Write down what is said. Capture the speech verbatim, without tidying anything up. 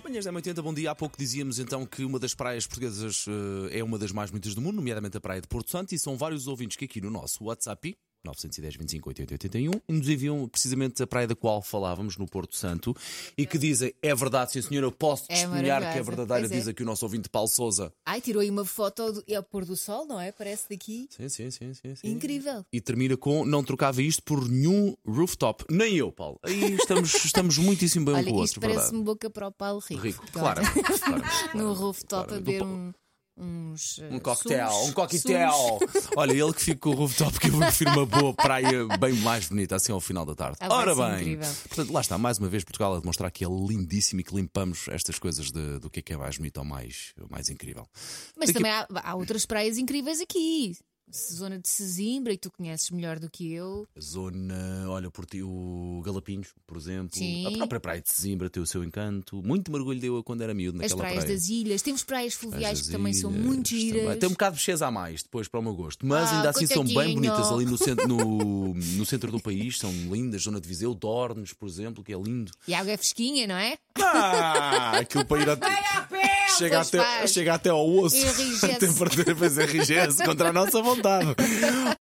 Manhãs da oitenta, bom dia. Há pouco dizíamos então que uma das praias portuguesas uh, é uma das mais bonitas do mundo, nomeadamente a praia de Porto Santo, e são vários ouvintes que aqui no nosso WhatsApp nove um zero, vinte e cinco, oitenta, oitenta e um nos enviam precisamente a praia da qual falávamos no Porto Santo e que dizem, é verdade, sim senhor, eu posso É testemunhar que é maravilhosa. verdadeira, Pois é. diz aqui o nosso ouvinte Paulo Sousa. Ai, tirou aí uma foto do... é ao pôr do sol, não é? Parece daqui. Sim, sim, sim, sim, sim. Incrível. E termina com, não trocava isto por nenhum rooftop. Nem eu, Paulo. Aí estamos, estamos muitíssimo bem um Olha, com o isto outro, verdade. parece-me boca para o Paulo Rico. Rico, Claro. claramente, claramente, No claramente, rooftop claramente. a beber um, uns. Um eh, coquetel, sumos, um coquetel. sumos. Olha, ele que fica com o rooftop, que eu prefiro uma boa praia bem mais bonita, assim ao final da tarde. Ah, vai Ora ser bem, incrível. portanto, lá está, mais uma vez Portugal a demonstrar que é lindíssimo e que limpamos estas coisas de, do que é que é mais bonito ou mais, mais incrível. Mas Daqui- também há, há outras praias incríveis aqui. Zona de Sesimbra, e tu conheces melhor do que eu. A zona, olha, por ti, o Galapinhos, por exemplo. Sim. A própria praia de Sesimbra tem o seu encanto. Muito mergulho deu quando era miúdo As naquela praias praia. das ilhas. Temos praias fluviais As que também são ilhas muito giras. também. Tem um bocado de cheza a mais depois para o meu gosto, mas Ah, ainda assim são bem coitadinho. bonitas ali no centro, no, no centro do país, são lindas. Zona de Viseu, Dornes, por exemplo, que é lindo. E a água é fresquinha, não é? Ah, aquilo para ir a... Vai à pele! chega, pois até, faz. chega até ao osso. Enrijece. A temperatura depois enrijece contra a nossa vontade.